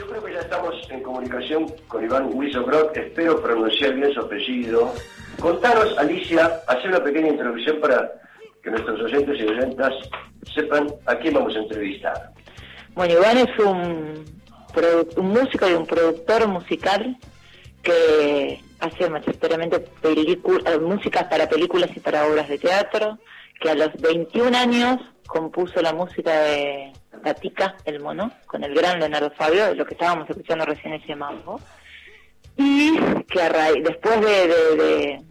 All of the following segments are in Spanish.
Yo creo que ya estamos en comunicación con Iván Wisogrod, espero pronunciar bien su apellido. Contanos, Alicia, hacer una pequeña introducción para que nuestros oyentes y oyentas sepan a quién vamos a entrevistar. Bueno, Iván es un músico y un productor musical que hace mayoritariamente músicas para películas y para obras de teatro, que a los 21 años compuso la música de Gatica, el mono, con el gran Leonardo Fabio, de lo que estábamos escuchando recién, ese mambo, y que después de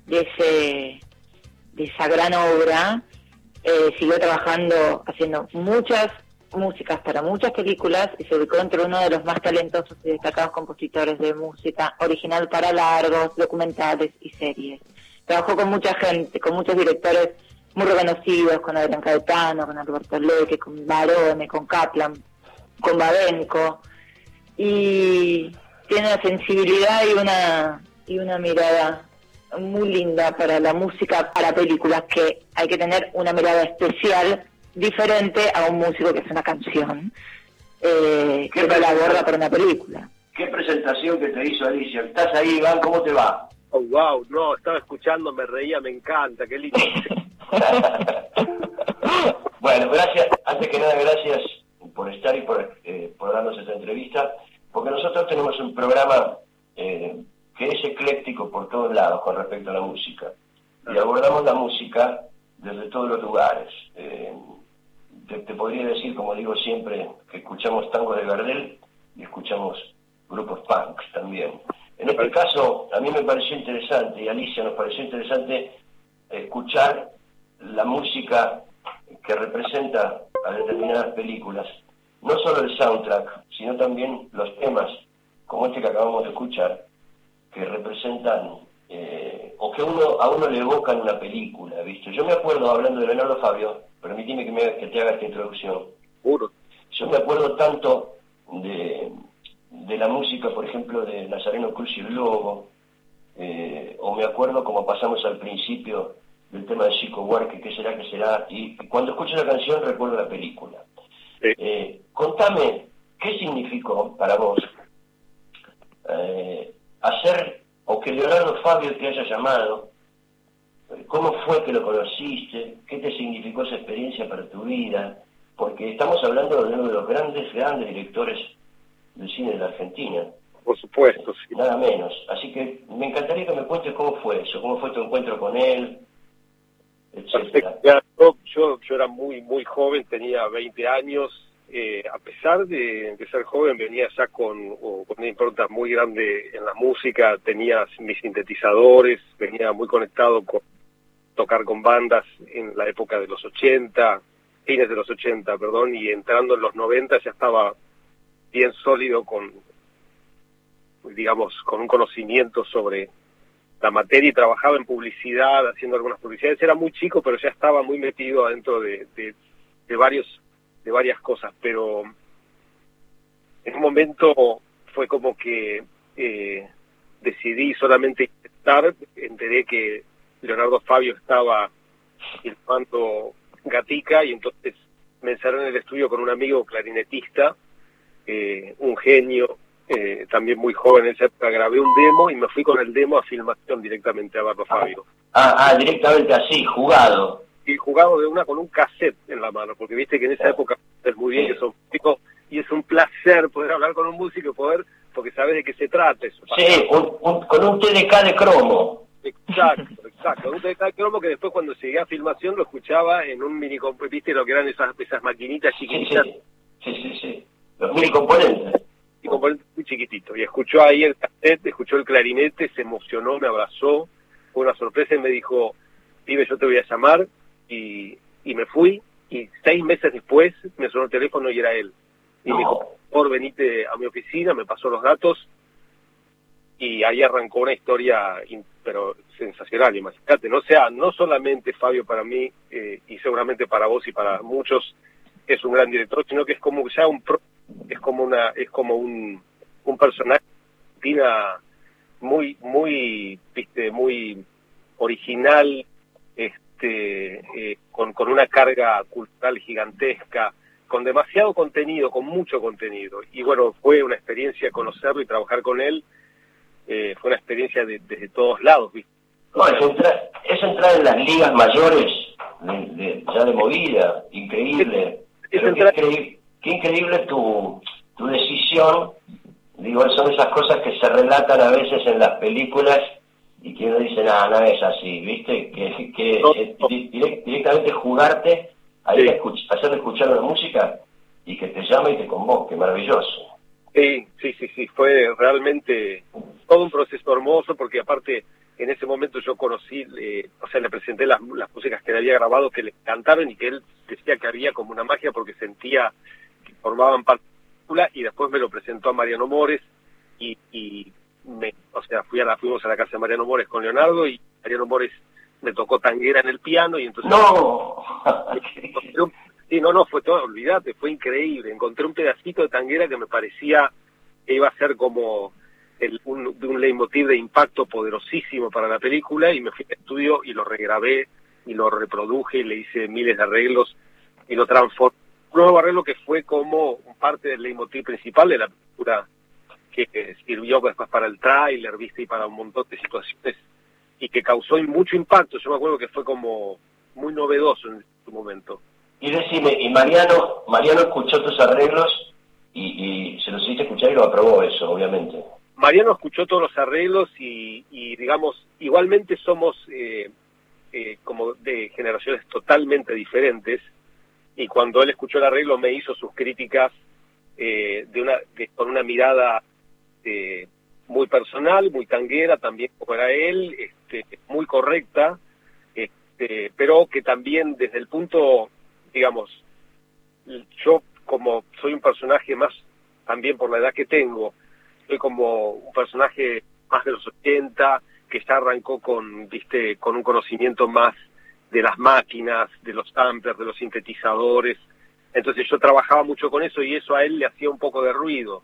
esa gran obra, siguió trabajando, haciendo muchas músicas para muchas películas y se ubicó entre uno de los más talentosos y destacados compositores de música original para largos, documentales y series. Trabajó con mucha gente, con muchos directores muy reconocidos, con Adrián Caetano, con Alberto Leque, con Barone, con Kaplan, con Babenco, y tiene una sensibilidad y una mirada muy linda para la música, para películas, que hay que tener una mirada especial, diferente a un músico que es una canción, que no la aborda para una película. ¿Qué presentación que te hizo Alicia? ¿Estás ahí, Iván? ¿Cómo te va? Oh, wow, no, estaba escuchando, me reía, me encanta, qué lindo. Bueno, gracias, antes que nada, gracias por estar y por darnos esta entrevista, porque nosotros tenemos un programa que es ecléctico por todos lados con respecto a la música, y abordamos la música desde todos los lugares. Te podría decir, como digo siempre, que escuchamos tango de Gardel y escuchamos grupos punks también. En este caso, a mí me pareció interesante, y a Alicia nos pareció interesante, escuchar la música que representa a determinadas películas, no solo el soundtrack, sino también los temas, como este que acabamos de escuchar, que representan, o que a uno le evocan una película, ¿viste? Yo me acuerdo, hablando de Leonardo Fabio, permitime que te haga esta introducción. Seguro. Yo me acuerdo tanto de la música, por ejemplo, de Nazareno Cruz y el Lobo, o me acuerdo como pasamos al principio del tema de Chico Buarque, ¿qué será, qué será? Y cuando escucho la canción recuerdo la película. Sí. Contame, ¿qué significó para vos hacer, o que Leonardo Fabio te haya llamado? ¿Cómo fue que lo conociste? ¿Qué te significó esa experiencia para tu vida? Porque estamos hablando de uno de los grandes directores del cine de la Argentina. Por supuesto, sí. Nada menos. Así que me encantaría que me cuentes cómo fue eso, cómo fue tu encuentro con él, etcétera. Yo era muy joven, tenía 20 años. A pesar de ser joven, venía ya con una impronta muy grande en la música, tenía mis sintetizadores, venía muy conectado con tocar con bandas en la época de los 80, fines de los 80, perdón, y entrando en los 90 ya estaba bien sólido con un conocimiento sobre la materia, y trabajaba en publicidad, haciendo algunas publicidades. Era muy chico, pero ya estaba muy metido adentro de varias cosas, pero en un momento fue como que decidí solamente intentar. Enteré que Leonardo Fabio estaba filmando Gatica, y entonces me encerré en el estudio con un amigo clarinetista, un genio, también muy joven en esa época. Grabé un demo y me fui con el demo a filmación directamente a verlo a Fabio. Directamente así, jugado. Y jugado con un cassette en la mano, porque viste que en esa época es muy bien, que son músicos, y es un placer poder hablar con un músico, porque sabes de qué se trata eso. Sí, con un TDK de cromo. Exacto, un TDK de cromo, que después cuando llegué a filmación lo escuchaba en un viste lo que eran esas maquinitas chiquititas. Sí. Los mini componentes. Y componentes muy chiquititos. Y escuchó ahí el cassette, escuchó el clarinete, se emocionó, me abrazó, fue una sorpresa y me dijo: pibe, yo te voy a llamar. Y me fui, y 6 meses después me sonó el teléfono y era él. Y me dijo: por favor, venite a mi oficina, me pasó los datos, y ahí arrancó una historia pero sensacional. Imagínate, no solamente Fabio para mí, y seguramente para vos y para muchos, es un gran director, sino que es como ya un personaje muy original, con una carga cultural gigantesca, con demasiado contenido, con mucho contenido. Y bueno, fue una experiencia conocerlo y trabajar con él, fue una experiencia desde todos lados, ¿viste? No, es entrar en las ligas mayores ya de movida, increíble. Pero qué increíble tu decisión. Digo, son esas cosas que se relatan a veces en las películas y que uno dice, no es así, ¿viste? Directamente jugarte a ir a hacerle escuchar la música y que te llame y te convoque, maravilloso. Sí, fue realmente todo un proceso hermoso, porque aparte en ese momento yo conocí, le presenté las músicas que le había grabado, que le cantaron, y que él decía que había como una magia porque sentía que formaban parte de la película, y después me lo presentó a Mariano Mores, fuimos a la casa de Mariano Mores con Leonardo, y Mariano Mores me tocó tanguera en el piano, y entonces... ¡No! Sí, no, fue todo, olvídate, fue increíble. Encontré un pedacito de tanguera que me parecía que iba a ser como un leitmotiv de impacto poderosísimo para la película, y me fui al estudio y lo regrabé y lo reproduje y le hice miles de arreglos y lo transformé. Un nuevo arreglo que fue como parte del leitmotiv principal de la película, que sirvió después para el tráiler, viste, y para un montón de situaciones, y que causó mucho impacto. Yo me acuerdo que fue como muy novedoso en su momento. Y decime, y Mariano escuchó tus arreglos y se los hiciste escuchar y lo aprobó eso, obviamente. Mariano escuchó todos los arreglos y digamos, igualmente somos como de generaciones totalmente diferentes, y cuando él escuchó el arreglo me hizo sus críticas con una mirada muy personal, muy tanguera también como era él, muy correcta, pero que también desde el punto, digamos, yo como soy un personaje más, también por la edad que tengo, soy como un personaje más de los 80, que ya arrancó con un conocimiento más de las máquinas, de los samplers, de los sintetizadores. Entonces yo trabajaba mucho con eso, y eso a él le hacía un poco de ruido.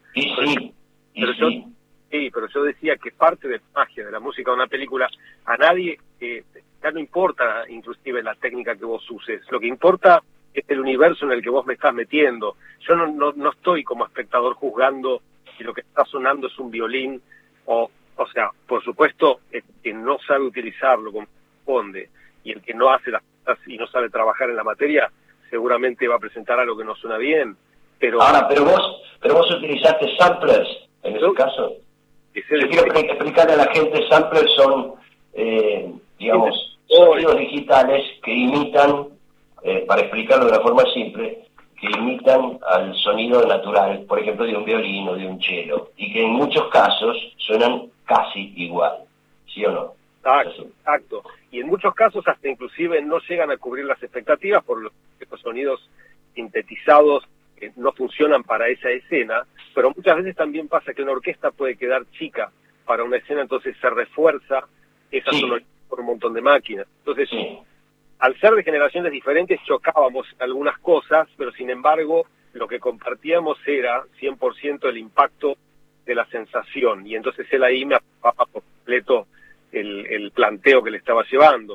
Pero yo decía que parte de la magia de la música de una película, a nadie, ya no importa inclusive la técnica que vos uses, lo que importa es el universo en el que vos me estás metiendo. Yo no estoy como espectador juzgando si lo que está sonando es un violín, o sea, por supuesto, el que no sabe utilizarlo como corresponde, y el que no hace las cosas y no sabe trabajar en la materia, seguramente va a presentar algo que no suena bien. Pero vos utilizaste samplers en ese caso. Yo quiero explicarle a la gente, samplers son, digamos, sonidos digitales que imitan, para explicarlo de una forma simple, que imitan al sonido natural, por ejemplo, de un violín o de un cello, y que en muchos casos suenan casi igual, ¿sí o no? Exacto. Y en muchos casos hasta inclusive no llegan a cubrir las expectativas, por los sonidos sintetizados no funcionan para esa escena, pero muchas veces también pasa que una orquesta puede quedar chica para una escena, entonces se refuerza esa sonoridad por un montón de máquinas. Entonces, al ser de generaciones diferentes, chocábamos algunas cosas, pero sin embargo, lo que compartíamos era 100% el impacto de la sensación, y entonces él ahí me apagaba por completo el planteo que le estaba llevando.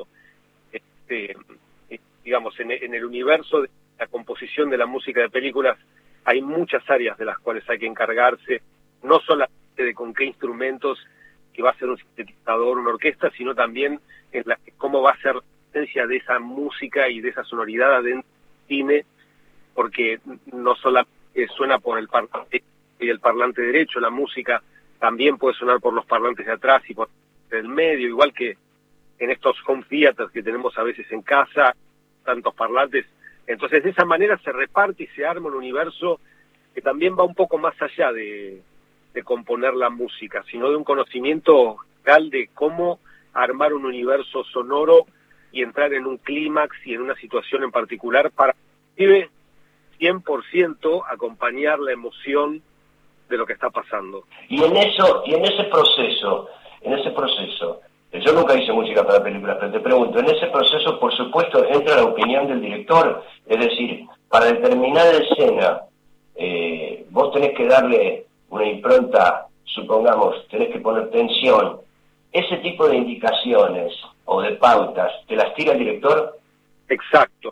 Digamos, en el universo de la composición de la música de películas hay muchas áreas de las cuales hay que encargarse, no solamente de con qué instrumentos que va a ser un sintetizador, una orquesta, sino también en cómo va a ser la esencia de esa música y de esa sonoridad adentro del cine, porque no solamente suena por el parlante y el parlante derecho, la música también puede sonar por los parlantes de atrás y por el medio, igual que en estos home theaters que tenemos a veces en casa, tantos parlantes. Entonces de esa manera se reparte y se arma un universo que también va un poco más allá de componer la música, sino de un conocimiento real de cómo armar un universo sonoro y entrar en un clímax y en una situación en particular para 100% acompañar la emoción de lo que está pasando. Y en ese proceso, yo nunca hice música para películas, pero te pregunto, en ese proceso, por supuesto, entra la opinión del director, es decir, para determinada escena, vos tenés que darle una impronta, supongamos, tenés que poner tensión, ese tipo de indicaciones o de pautas, ¿te las tira el director? Exacto.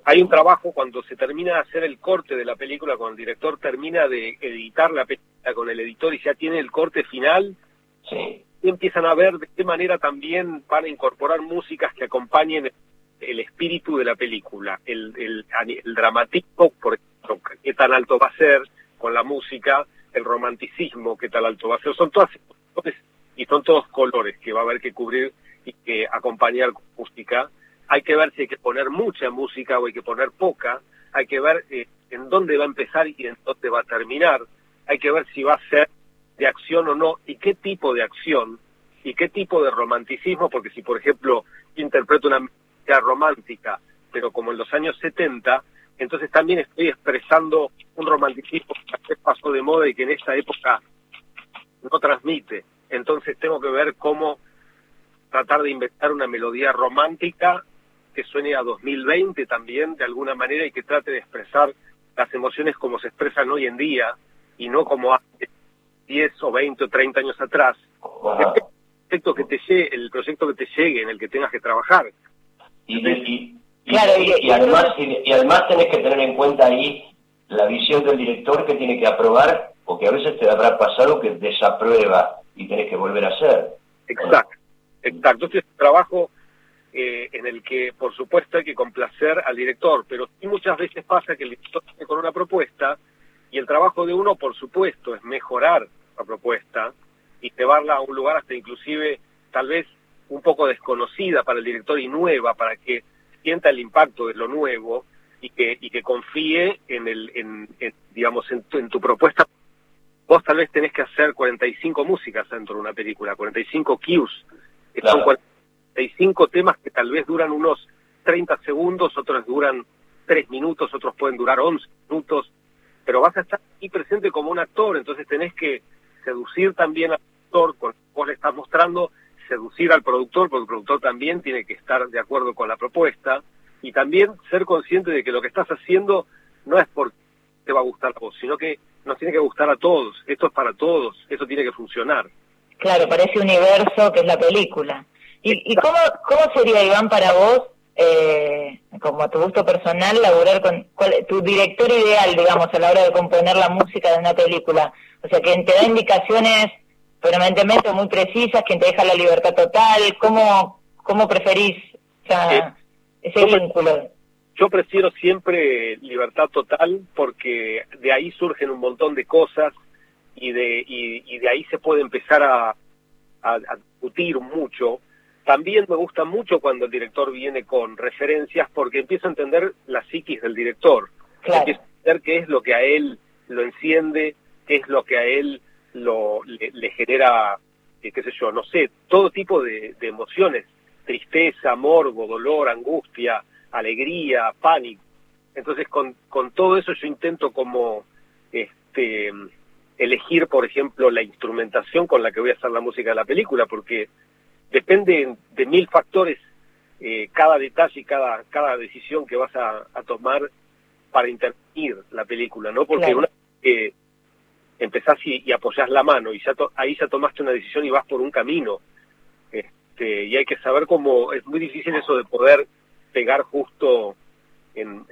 hay un trabajo cuando se termina de hacer el corte de la película, cuando el director termina de editar la película con el editor y ya tiene el corte final, Sí. y empiezan a ver de qué manera también van a incorporar músicas que acompañen el espíritu de la película, el dramatismo, por ejemplo, qué tan alto va a ser con la música, el romanticismo, qué tan alto va a ser, son todas emociones y son todos colores que va a haber que cubrir y que acompañar con música. Hay que ver si hay que poner mucha música o hay que poner poca, hay que ver en dónde va a empezar y en dónde va a terminar, hay que ver si va a ser de acción o no, y qué tipo de acción, y qué tipo de romanticismo, porque si por ejemplo interpreto una música romántica, pero como en los años 70, entonces también estoy expresando un romanticismo que pasó de moda y que en esta época no transmite. Entonces tengo que ver cómo tratar de inventar una melodía romántica que suene a 2020 también, de alguna manera, y que trate de expresar las emociones como se expresan hoy en día, y no como hace 10 o 20 o 30 años atrás. El proyecto que te llegue, en el que tengas que trabajar. Y además tenés que tener en cuenta ahí la visión del director que tiene que aprobar, porque a veces te habrá pasado que desaprueba y tenés que volver a hacer. Exacto. Este es un trabajo en el que, por supuesto, hay que complacer al director, pero sí muchas veces pasa que el director viene con una propuesta y el trabajo de uno, por supuesto, es mejorar la propuesta y llevarla a un lugar hasta inclusive tal vez un poco desconocida para el director y nueva, para que sienta el impacto de lo nuevo y que confíe en tu propuesta. Vos tal vez tenés que hacer 45 músicas dentro de una película, 45 cues, que claro. Son 45 temas que tal vez duran unos 30 segundos, otros duran 3 minutos, otros pueden durar 11 minutos, pero vas a estar aquí presente como un actor, entonces tenés que seducir también al actor con lo que vos le estás mostrando, seducir al productor, porque el productor también tiene que estar de acuerdo con la propuesta, y también ser consciente de que lo que estás haciendo no es porque te va a gustar a vos, sino que nos tiene que gustar a todos, esto es para todos, eso tiene que funcionar. Claro, para ese universo que es la película. ¿Y cómo sería, Iván, para vos, como a tu gusto personal, laburar con tu director ideal, digamos, a la hora de componer la música de una película? O sea, quien te da indicaciones permanentemente muy precisas, quien te deja la libertad total. ¿Cómo preferís ese vínculo? Yo prefiero siempre libertad total, porque de ahí surgen un montón de cosas y de ahí se puede empezar a discutir mucho. También me gusta mucho cuando el director viene con referencias, porque empiezo a entender la psiquis del director. Claro. Empiezo a entender qué es lo que a él lo enciende, qué es lo que a él le genera, qué sé yo, no sé, todo tipo de emociones, tristeza, morbo, dolor, angustia, alegría, pánico. Entonces con todo eso yo intento como elegir, por ejemplo, la instrumentación con la que voy a hacer la música de la película, porque depende de 1000 factores cada detalle y cada decisión que vas a tomar para intervenir la película, ¿no? Porque claro, una vez que empezás y apoyás la mano y ahí ya tomaste una decisión y vas por un camino, y hay que saber cómo, es muy difícil eso de poder pegar justo en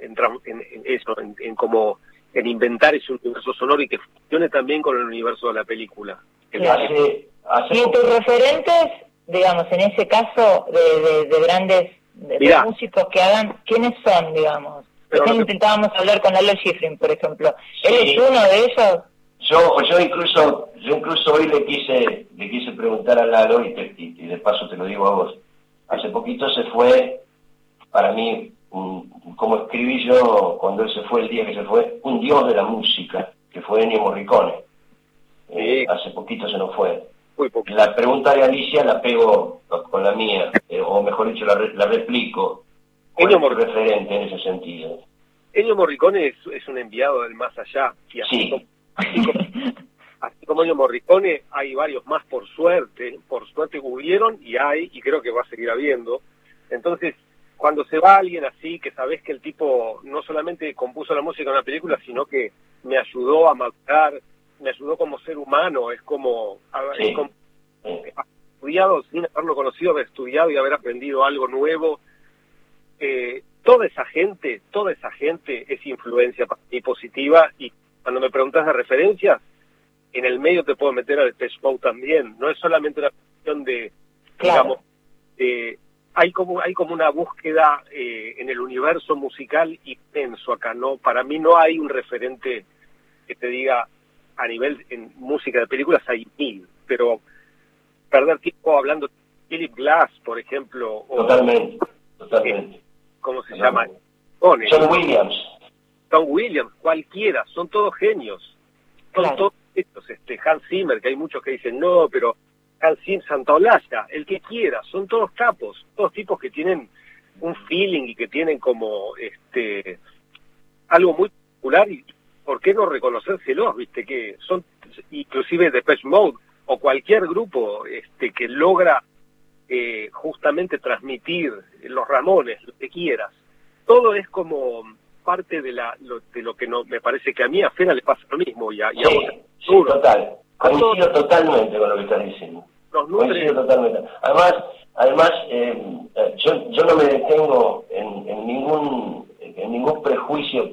inventar ese universo sonoro y que funcione también con el universo de la película. Claro. Y tus referentes, digamos, en ese caso, de grandes de músicos que hagan, ¿quiénes son, digamos? Intentábamos hablar con Lalo Schifrin, por ejemplo. ¿Él es uno de ellos? Yo incluso hoy le quise preguntar a Lalo, y de paso te lo digo a vos. Hace poquito se fue, para mí, como escribí yo cuando él se fue, el día que se fue, un dios de la música, que fue Ennio Morricone. Hace poquito se nos fue. La pregunta de Alicia la pego con la mía, o mejor dicho, la replico. ¿Cuál es tu referente en ese sentido? Ennio Morricone es un enviado del más allá. Y así como Ennio Morricone, hay varios más, por suerte hubieron y hay, y creo que va a seguir habiendo. Entonces, cuando se va alguien así, que sabés que el tipo no solamente compuso la música de una película, sino que me ayudó a madurar, me ayudó como ser humano, es como estudiado, sin haberlo conocido, haber estudiado y haber aprendido algo nuevo. toda esa gente es influencia para mí positiva, y cuando me preguntas de referencias, en el medio te puedo meter al Depeche Mode también. No es solamente una cuestión de, digamos, hay como una búsqueda en el universo musical inmenso acá, ¿no? Para mí no hay un referente que te diga, a nivel en música de películas hay 1000, pero perder tiempo hablando de Philip Glass, por ejemplo, o Totalmente. ¿cómo se llama? John Williams. John Williams, cualquiera, son todos genios. Son todos estos, Hans Zimmer, que hay muchos que dicen no, pero Hans Zimmer, Santaolalla, el que quiera, son todos capos, todos tipos que tienen un feeling y que tienen como algo muy particular, y ¿por qué no reconocérselos? Viste que son, inclusive Depeche Mode o cualquier grupo que logra justamente transmitir, los Ramones, lo que quieras, todo es como parte de lo que no me parece que a mí, a Fena, le pasa lo mismo, y a vos, sí, total, coincido totalmente con lo que estás diciendo. Coincido totalmente. Además, yo no me detengo en ningún prejuicio,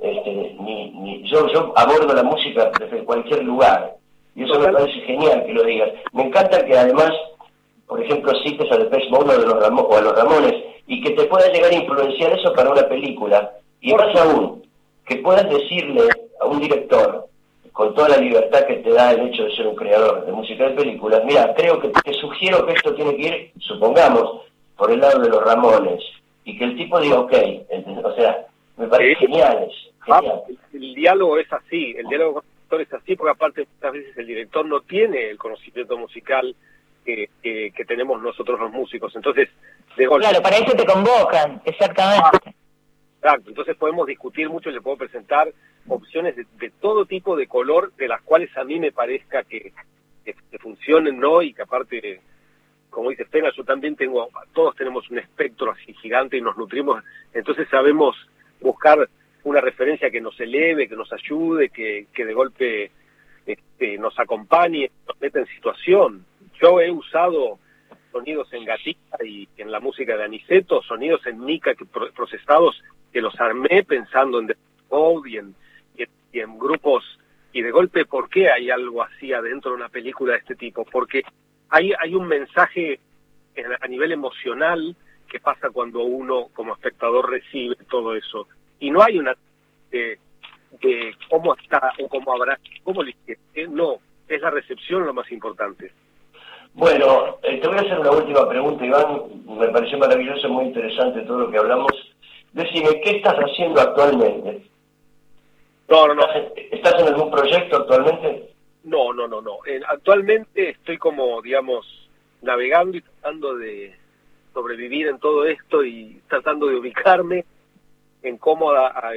yo abordo la música desde cualquier lugar, y eso me parece genial que lo digas. Me encanta que además, por ejemplo, cites a Depeche Mode o a los Ramones, y que te pueda llegar a influenciar eso para una película, y más aún, que puedas decirle a un director, con toda la libertad que te da el hecho de ser un creador de música de películas, mira, creo que te sugiero que esto tiene que ir, supongamos, por el lado de los Ramones, y que el tipo diga, ok, o sea, me parece genial. El diálogo es así, el diálogo con el director es así, porque aparte muchas veces el director no tiene el conocimiento musical que tenemos nosotros los músicos, entonces de golpe... Claro, para eso te convocan, exactamente. Exacto, entonces podemos discutir mucho, le puedo presentar opciones de todo tipo de color, de las cuales a mí me parezca que funcionen, ¿no? Y que aparte, como dice Fena, yo también todos tenemos un espectro así gigante y nos nutrimos, entonces sabemos buscar una referencia que nos eleve, que nos ayude, que de golpe nos acompañe, nos meta en situación. Yo he usado sonidos en Gatita y en la música de Aniceto, sonidos en Mica procesados, que los armé pensando en The Mode y en grupos, y de golpe, ¿por qué hay algo así adentro de una película de este tipo? Porque hay un mensaje a nivel emocional que pasa cuando uno como espectador recibe todo eso, y no hay una de cómo está o cómo habrá, cómo le hiciste, no, es la recepción lo más importante. Bueno, te voy a hacer una última pregunta, Iván. Me pareció maravilloso, muy interesante todo lo que hablamos. Decime, ¿qué estás haciendo actualmente? No. ¿Estás en algún proyecto actualmente? No. Actualmente estoy como, digamos, navegando y tratando de sobrevivir en todo esto y tratando de ubicarme en cómo,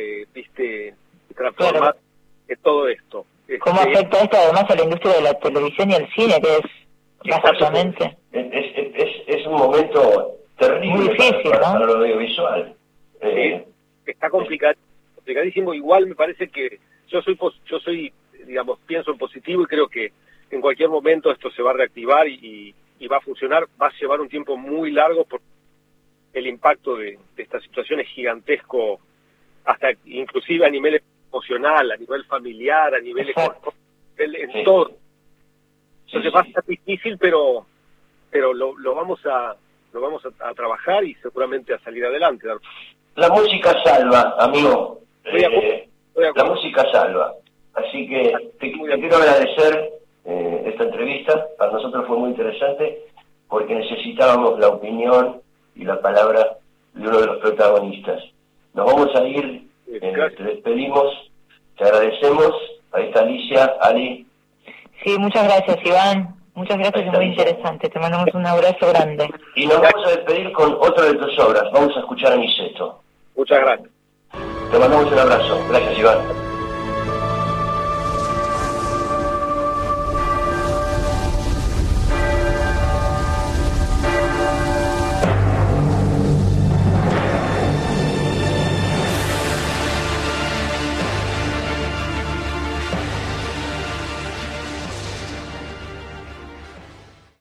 transformar todo esto. ¿Cómo afecta esto además a la industria de la televisión y el cine, que es básicamente? Es un momento terrible, muy difícil, para lo audiovisual. Está complicadísimo. Igual me parece que yo soy, digamos, pienso en positivo y creo que en cualquier momento esto se va a reactivar y va a funcionar. Va a llevar un tiempo muy largo por el impacto de esta situación es gigantesco, hasta inclusive a nivel emocional, a nivel familiar, a nivel económico, en todo. Entonces va a ser difícil, pero lo vamos a trabajar y seguramente a salir adelante. La música salva, amigo. Estoy de acuerdo. La música salva. Así que te quiero agradecer esta entrevista. Para nosotros fue muy interesante porque necesitábamos la opinión y la palabra de uno de los protagonistas. Nos vamos a ir, te despedimos, te agradecemos. Ahí está Alicia, Ali. Sí, muchas gracias, Iván. Muchas gracias, es muy interesante. Te mandamos un abrazo grande. Y nos vamos a despedir con otra de tus obras. Vamos a escuchar a Aniceto. Muchas gracias. Te mandamos un abrazo. Gracias, Iván.